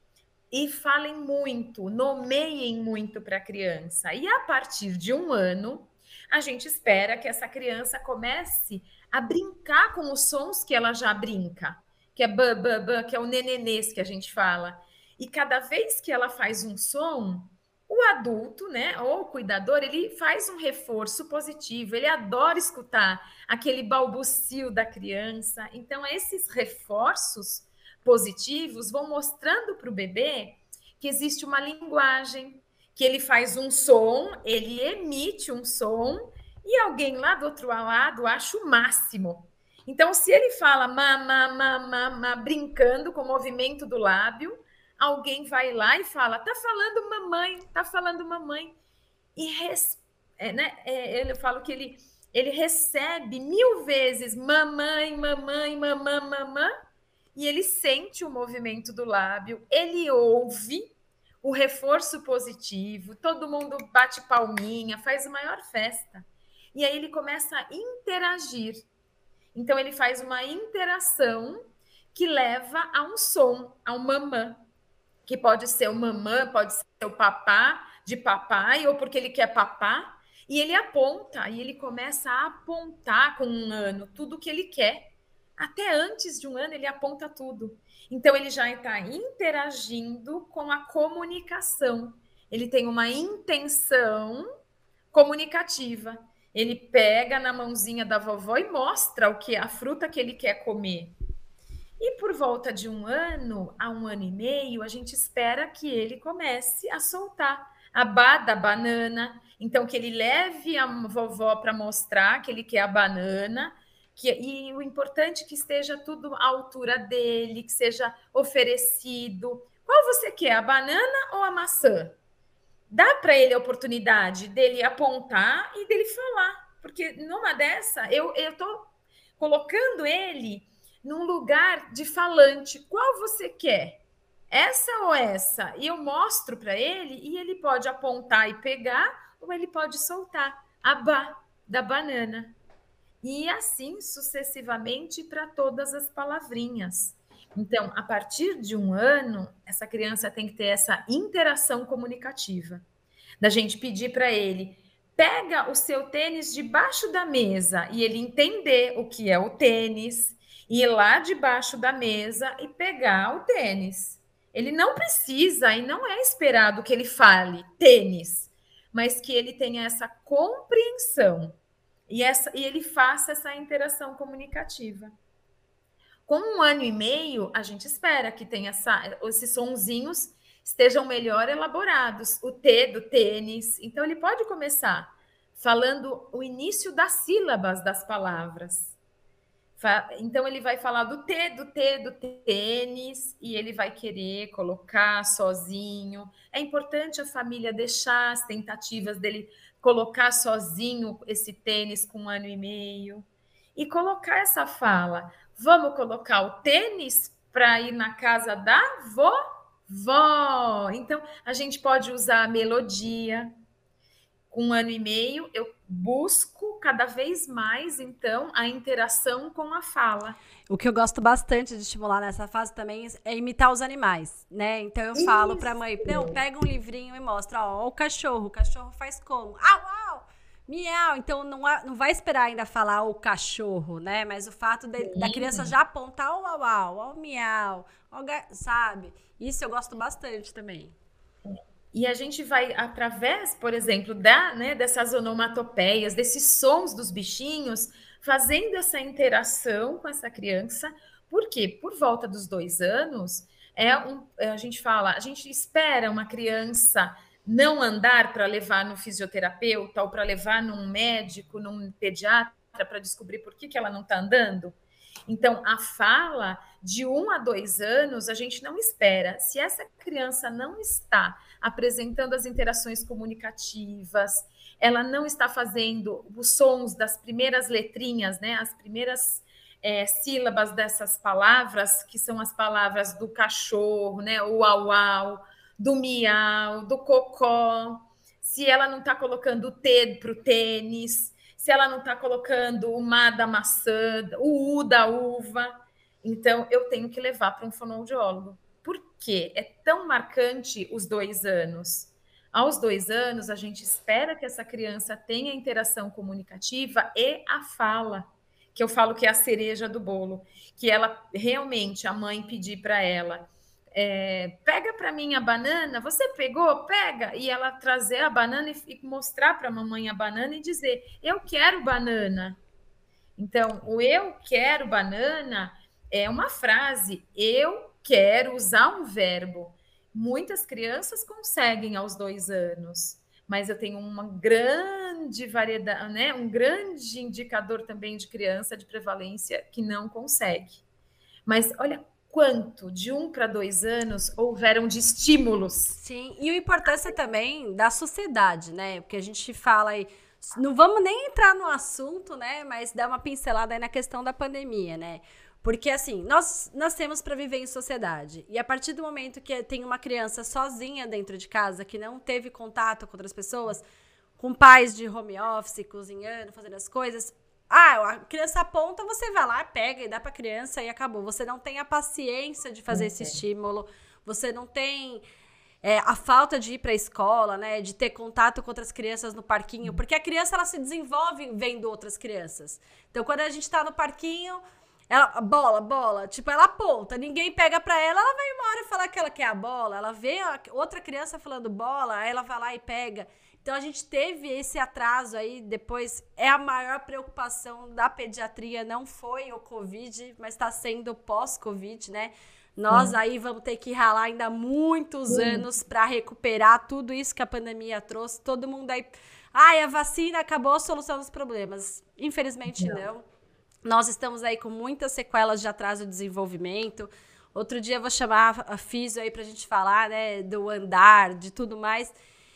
e falem muito, nomeiem muito para a criança. E a partir de um ano, a gente espera que essa criança comece a brincar com os sons que ela já brinca, que é bã, bã, bã, que é o nenenês que a gente fala. E cada vez que ela faz um som, o adulto, né, ou o cuidador, ele faz um reforço positivo, ele adora escutar aquele balbucio da criança. Então, esses reforços positivos vão mostrando para o bebê que existe uma linguagem, que ele faz um som, ele emite um som, e alguém lá do outro lado acha o máximo. Então, se ele fala mamá, mamá, mamá, brincando com o movimento do lábio, alguém vai lá e fala, tá falando mamãe, tá falando mamãe. E res, é, né, é, eu falo que ele, ele recebe mil vezes mamãe, mamãe, mamã, mamã, e ele sente o movimento do lábio, ele ouve o reforço positivo, todo mundo bate palminha, faz a maior festa. E aí ele começa a interagir. Então ele faz uma interação que leva a um som, a um mamã, que pode ser o mamã, pode ser o papá de papai, ou porque ele quer papá, e ele aponta, e ele começa a apontar com um ano tudo que ele quer. Até antes de um ano ele aponta tudo. Então ele já está interagindo com a comunicação. Ele tem uma intenção comunicativa. Ele pega na mãozinha da vovó e mostra o que a fruta que ele quer comer. E por volta de um ano a um ano e meio, a gente espera que ele comece a soltar a ba da banana. Então, que ele leve a vovó para mostrar que ele quer a banana. Que, e o importante é que esteja tudo à altura dele, que seja oferecido. Qual você quer, a banana ou a maçã? Dá para ele a oportunidade dele apontar e dele falar. Porque numa dessa, eu estou colocando ele num lugar de falante. Qual você quer? Essa ou essa? E eu mostro para ele e ele pode apontar e pegar ou ele pode soltar a ba da banana. E assim sucessivamente para todas as palavrinhas. Então, a partir de um ano, essa criança tem que ter essa interação comunicativa. Da gente pedir para ele, pega o seu tênis debaixo da mesa e ele entender o que é o tênis, ir lá debaixo da mesa e pegar o tênis. Ele não precisa e não é esperado que ele fale tênis, mas que ele tenha essa compreensão e, essa, e ele faça essa interação comunicativa. Com um ano e meio, a gente espera que tenha essa, esses sonzinhos estejam melhor elaborados. O T do tênis. Então, ele pode começar falando o início das sílabas das palavras. Então, ele vai falar do T, do T, do tênis, e ele vai querer colocar sozinho. É importante a família deixar as tentativas dele colocar sozinho esse tênis com um ano e meio. E colocar essa fala. Vamos colocar o tênis para ir na casa da vovó. Então, a gente pode usar a melodia. Com um ano e meio, eu busco cada vez mais, então, a interação com a fala. O que eu gosto bastante de estimular nessa fase também é imitar os animais, né? Então, eu falo para a mãe, não, pega um livrinho e mostra, ó, o cachorro, o cachorro faz como? Au, au! Miau, então não, não vai esperar ainda falar o cachorro, né? Mas o fato de, da criança já apontar o au, au, au, miau, au, sabe? Isso eu gosto bastante também. E a gente vai, através, por exemplo, da, né, dessas onomatopeias, desses sons dos bichinhos, fazendo essa interação com essa criança, porque por volta dos dois anos, é um, a gente fala, a gente espera uma criança não andar para levar no fisioterapeuta ou para levar num médico, num pediatra, para descobrir por que, que ela não está andando. Então, a fala de um a dois anos, a gente não espera. Se essa criança não está apresentando as interações comunicativas, ela não está fazendo os sons das primeiras letrinhas, né, as primeiras é, sílabas dessas palavras, que são as palavras do cachorro, né? O uau-uau, do miau, do cocó, se ela não está colocando o T para o tênis, se ela não está colocando o má da maçã, o U da uva. Então, eu tenho que levar para um fonoaudiólogo. Por quê? É tão marcante os dois anos. Aos dois anos, a gente espera que essa criança tenha interação comunicativa e a fala, que eu falo que é a cereja do bolo, que ela realmente, a mãe pedir para ela, é, pega para mim a banana, você pegou? Pega! E ela trazer a banana e, e mostrar para a mamãe a banana e dizer, eu quero banana. Então, o eu quero banana é uma frase, eu quero usar um verbo. Muitas crianças conseguem aos dois anos, mas eu tenho uma grande variedade, né? Um grande indicador também de criança de prevalência que não consegue. Mas olha quanto de um para dois anos houveram de estímulos. Sim, e a importância também da sociedade, né? Porque a gente fala aí, não vamos nem entrar no assunto, né? Mas dar uma pincelada aí na questão da pandemia, né? Porque, assim, nós nascemos para viver em sociedade. E a partir do momento que tem uma criança sozinha dentro de casa, que não teve contato com outras pessoas, com pais de home office, cozinhando, fazendo as coisas. Ah, a criança aponta, você vai lá, pega e dá pra criança e acabou. Você não tem a paciência de fazer esse estímulo. Você não tem é, a falta de ir pra escola, né? De ter contato com outras crianças no parquinho. Porque a criança, ela se desenvolve vendo outras crianças. Então, quando a gente tá no parquinho... Ela, bola, bola, tipo, ela aponta, ninguém pega pra ela, ela vai uma hora e fala que ela quer a bola, ela vê a outra criança falando bola, aí ela vai lá e pega. Então a gente teve esse atraso aí, depois é a maior preocupação da pediatria, não foi o Covid, mas tá sendo pós-Covid, né? Nós aí vamos ter que ralar ainda muitos Sim. anos pra recuperar tudo isso que a pandemia trouxe, todo mundo aí, ai, a vacina acabou solucionando os problemas. Infelizmente não. não. Nós estamos aí com muitas sequelas de atraso de desenvolvimento. Outro dia eu vou chamar a físio aí pra gente falar, né, do andar, de tudo mais.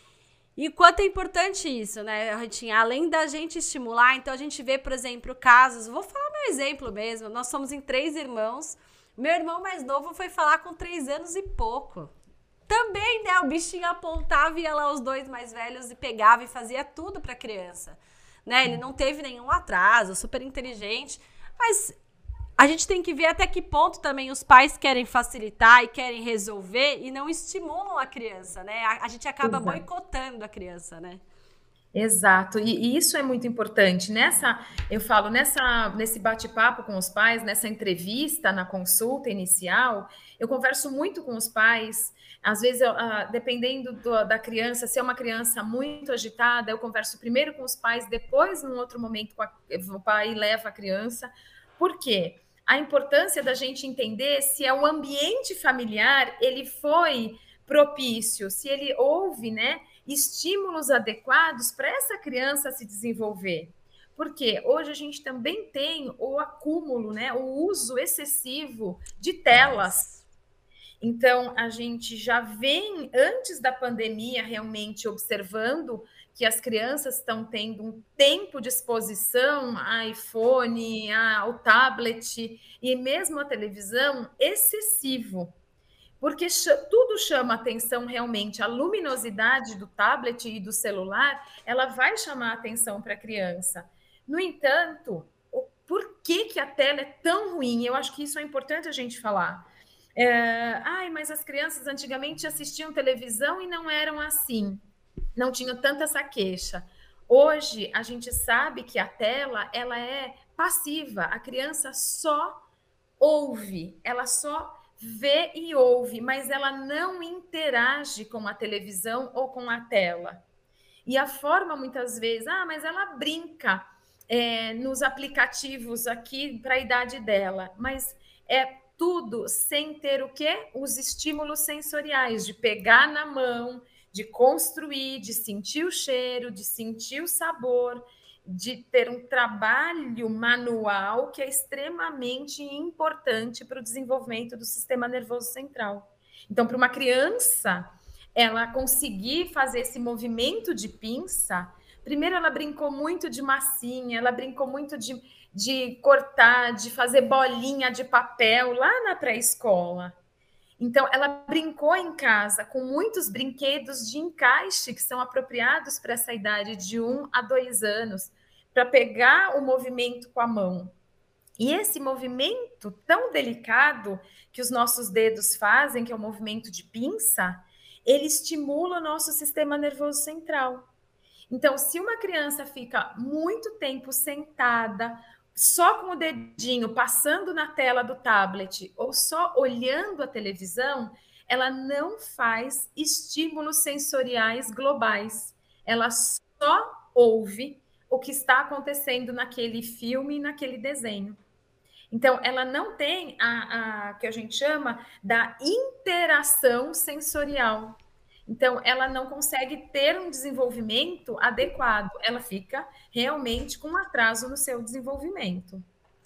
E quanto é importante isso, né, Ratinha? Além da gente estimular, então a gente vê, por exemplo, casos... Vou falar meu exemplo mesmo. Nós somos em três irmãos. Meu irmão mais novo foi falar com três anos e pouco. Também, né, o bichinho apontava, ia lá os dois mais velhos e pegava e fazia tudo pra criança. Né? Ele não teve nenhum atraso, super inteligente, mas a gente tem que ver até que ponto também os pais querem facilitar e querem resolver e não estimulam a criança, né? A, a gente acaba Exato. boicotando a criança, né? Exato, e, e isso é muito importante. Nessa, eu falo, nessa, nesse bate-papo com os pais, nessa entrevista, na consulta inicial, eu converso muito com os pais. Às vezes, eu, ah, dependendo do, da criança, se é uma criança muito agitada, eu converso primeiro com os pais, depois, num outro momento, com a, o pai leva a criança. Por quê? A importância da gente entender se é o ambiente familiar, ele foi propício, se ele houve, né, estímulos adequados para essa criança se desenvolver. Porque hoje a gente também tem o acúmulo, né, o uso excessivo de telas. Então, a gente já vem, antes da pandemia, realmente observando que as crianças estão tendo um tempo de exposição a iPhone, ao tablet e mesmo a televisão excessivo. Porque tudo chama atenção realmente, a luminosidade do tablet e do celular, ela vai chamar atenção para a criança. No entanto, por que, que a tela é tão ruim? Eu acho que isso é importante a gente falar. É, ai, mas as crianças antigamente assistiam televisão e não eram assim, não tinham tanta essa queixa. Hoje, a gente sabe que a tela, ela é passiva, a criança só ouve, ela só vê e ouve, mas ela não interage com a televisão ou com a tela. E a forma, muitas vezes, ah, mas ela brinca é, nos aplicativos aqui para a idade dela, mas é tudo sem ter o quê? Os estímulos sensoriais, de pegar na mão, de construir, de sentir o cheiro, de sentir o sabor, de ter um trabalho manual que é extremamente importante para o desenvolvimento do sistema nervoso central. Então, para uma criança, ela conseguir fazer esse movimento de pinça, Primeiro, ela brincou muito de massinha, ela brincou muito de, de cortar, de fazer bolinha de papel lá na pré-escola. Então, ela brincou em casa com muitos brinquedos de encaixe que são apropriados para essa idade de um a dois anos, para pegar o movimento com a mão. E esse movimento tão delicado que os nossos dedos fazem, que é o movimento de pinça, ele estimula o nosso sistema nervoso central. Então, se uma criança fica muito tempo sentada, só com o dedinho passando na tela do tablet ou só olhando a televisão, ela não faz estímulos sensoriais globais. Ela só ouve o que está acontecendo naquele filme e naquele desenho. Então, ela não tem a, a que a gente chama da interação sensorial. Então, ela não consegue ter um desenvolvimento adequado. Ela fica realmente com um atraso no seu desenvolvimento.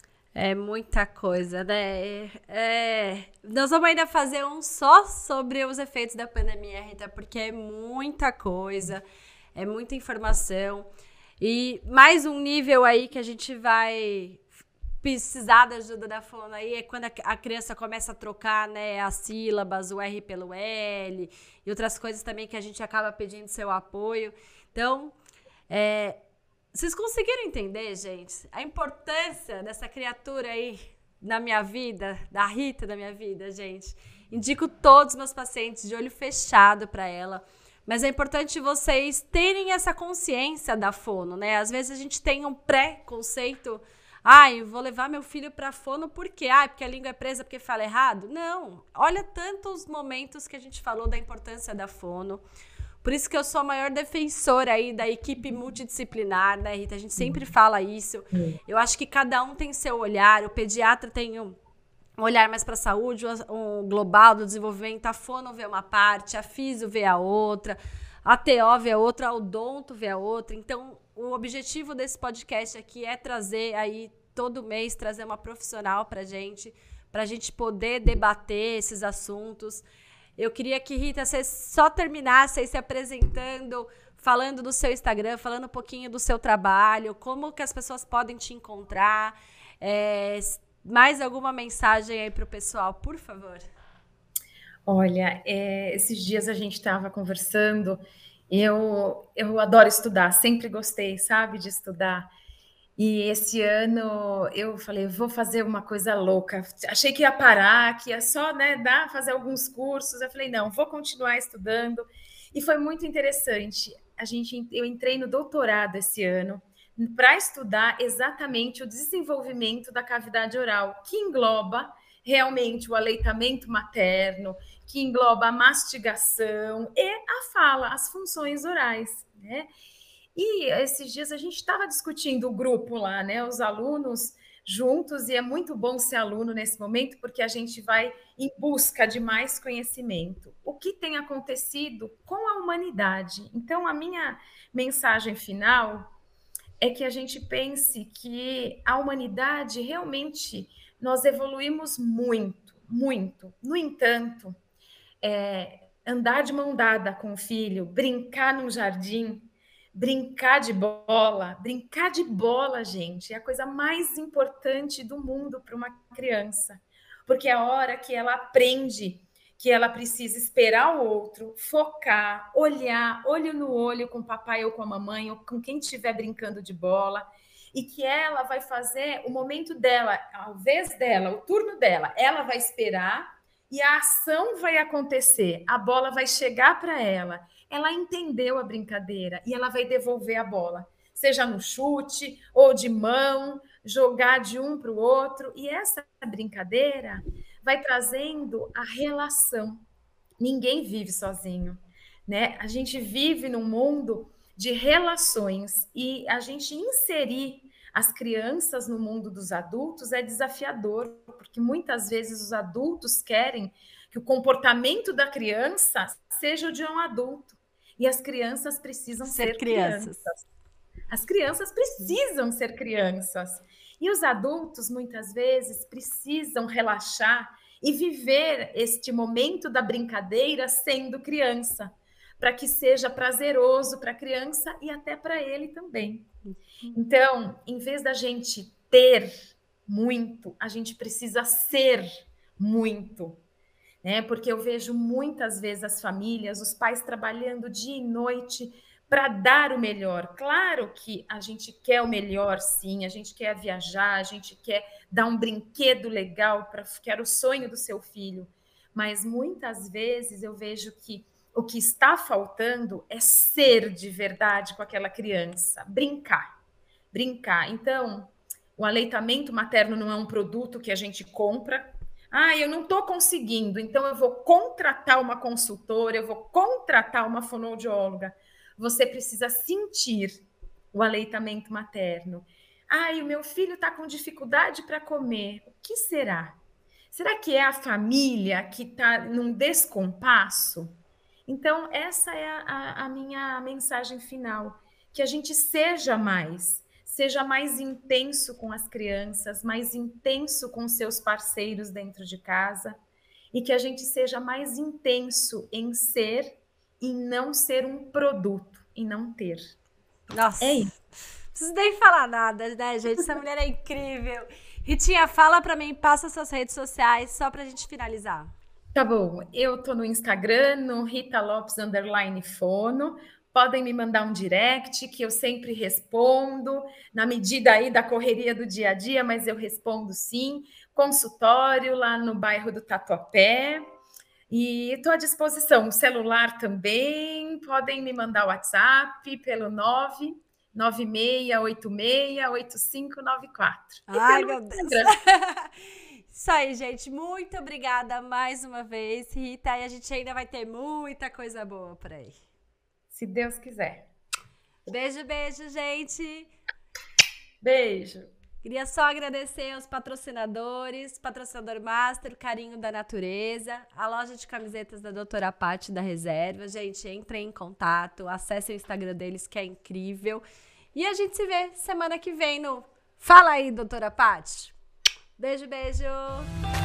É muita coisa, né? É... Nós vamos ainda fazer um só sobre os efeitos da pandemia, Rita, porque é muita coisa, é muita informação. E mais um nível aí que a gente vai precisar da ajuda da fono aí é quando a criança começa a trocar, né, as sílabas, o R pelo L e outras coisas também que a gente acaba pedindo seu apoio. Então, é, vocês conseguiram entender, gente, a importância dessa criatura aí na minha vida, da Rita da minha vida, gente? Indico todos os meus pacientes de olho fechado para ela. Mas é importante vocês terem essa consciência da fono, né? Às vezes a gente tem um pré-conceito. Ai, vou levar meu filho para fono por quê? Ah, porque a língua é presa porque fala errado? Não. Olha tantos momentos que a gente falou da importância da fono. Por isso que eu sou a maior defensora aí da equipe multidisciplinar, né, Rita? A gente sempre fala isso. Eu acho que cada um tem seu olhar. O pediatra tem um olhar mais para a saúde, um global do desenvolvimento. A fono vê uma parte, a fisio vê a outra, a T O vê a outra, a odonto vê a outra. Então, o objetivo desse podcast aqui é trazer aí, todo mês, trazer uma profissional para a gente, para a gente poder debater esses assuntos. Eu queria que, Rita, você só terminasse aí se apresentando, falando do seu Instagram, falando um pouquinho do seu trabalho, como que as pessoas podem te encontrar. É, mais alguma mensagem aí para o pessoal, por favor? Olha, é, esses dias a gente estava conversando. Eu, eu adoro estudar, sempre gostei, sabe, de estudar. E esse ano eu falei, vou fazer uma coisa louca. Achei que ia parar, que ia só, né, dar, fazer alguns cursos. Eu falei, não, vou continuar estudando. E foi muito interessante. A gente, eu entrei no doutorado esse ano para estudar exatamente o desenvolvimento da cavidade oral, que engloba realmente o aleitamento materno, que engloba a mastigação e a fala, as funções orais, né? E esses dias a gente estava discutindo o grupo lá, né? Os alunos juntos, e é muito bom ser aluno nesse momento, porque a gente vai em busca de mais conhecimento. O que tem acontecido com a humanidade? Então, a minha mensagem final é que a gente pense que a humanidade realmente, nós evoluímos muito, muito. No entanto, é, andar de mão dada com o filho, brincar num jardim, brincar de bola, brincar de bola, gente, é a coisa mais importante do mundo para uma criança, porque é a hora que ela aprende que ela precisa esperar o outro, focar, olhar, olho no olho com o papai ou com a mamãe, ou com quem estiver brincando de bola, e que ela vai fazer o momento dela, a vez dela, o turno dela, ela vai esperar e a ação vai acontecer, a bola vai chegar para ela, ela entendeu a brincadeira e ela vai devolver a bola, seja no chute ou de mão, jogar de um para o outro, e essa brincadeira vai trazendo a relação. Ninguém vive sozinho, né? A gente vive num mundo de relações, e a gente inserir as crianças no mundo dos adultos é desafiador, porque muitas vezes os adultos querem que o comportamento da criança seja o de um adulto, e as crianças precisam ser, ser crianças. crianças. As crianças precisam ser crianças. E os adultos, muitas vezes, precisam relaxar e viver este momento da brincadeira sendo criança, para que seja prazeroso para a criança e até para ele também. Então, em vez da gente ter muito, a gente precisa ser muito, né? Porque eu vejo muitas vezes as famílias, os pais trabalhando dia e noite para dar o melhor. Claro que a gente quer o melhor, sim, a gente quer viajar, a gente quer dar um brinquedo legal para que era o sonho do seu filho, mas muitas vezes eu vejo que o que está faltando é ser de verdade com aquela criança, brincar, brincar. Então, o aleitamento materno não é um produto que a gente compra. Ah, eu não estou conseguindo, então eu vou contratar uma consultora, eu vou contratar uma fonoaudióloga. Você precisa sentir o aleitamento materno. Ah, e o meu filho está com dificuldade para comer. O que será? Será que é a família que está num descompasso? Então, essa é a, a, a minha mensagem final. Que a gente seja mais, seja mais intenso com as crianças, mais intenso com seus parceiros dentro de casa, e que a gente seja mais intenso em ser e não ser um produto, e não ter. Nossa, é isso. Não preciso nem falar nada, né, gente? Essa mulher é incrível. Ritinha, fala pra mim, passa suas redes sociais, só pra gente finalizar. Tá bom, eu tô no Instagram, no Rita Lopes underline fono. Podem me mandar um direct, que eu sempre respondo, na medida aí da correria do dia a dia, mas eu respondo sim. Consultório lá no bairro do Tatuapé. E estou à disposição, o celular também, podem me mandar o WhatsApp pelo nove nove seis oito seis oito cinco nove quatro. Ai, meu Deus. Isso aí, gente. Muito obrigada mais uma vez, Rita. E a gente ainda vai ter muita coisa boa por aí. Se Deus quiser. Beijo, beijo, gente. Beijo. Queria só agradecer aos patrocinadores, patrocinador Master, Carinho da Natureza, a loja de camisetas da doutora Paty da Reserva. Gente, entrem em contato, acessem o Instagram deles, que é incrível. E a gente se vê semana que vem no Fala aí, doutora Paty. Beijo, beijo.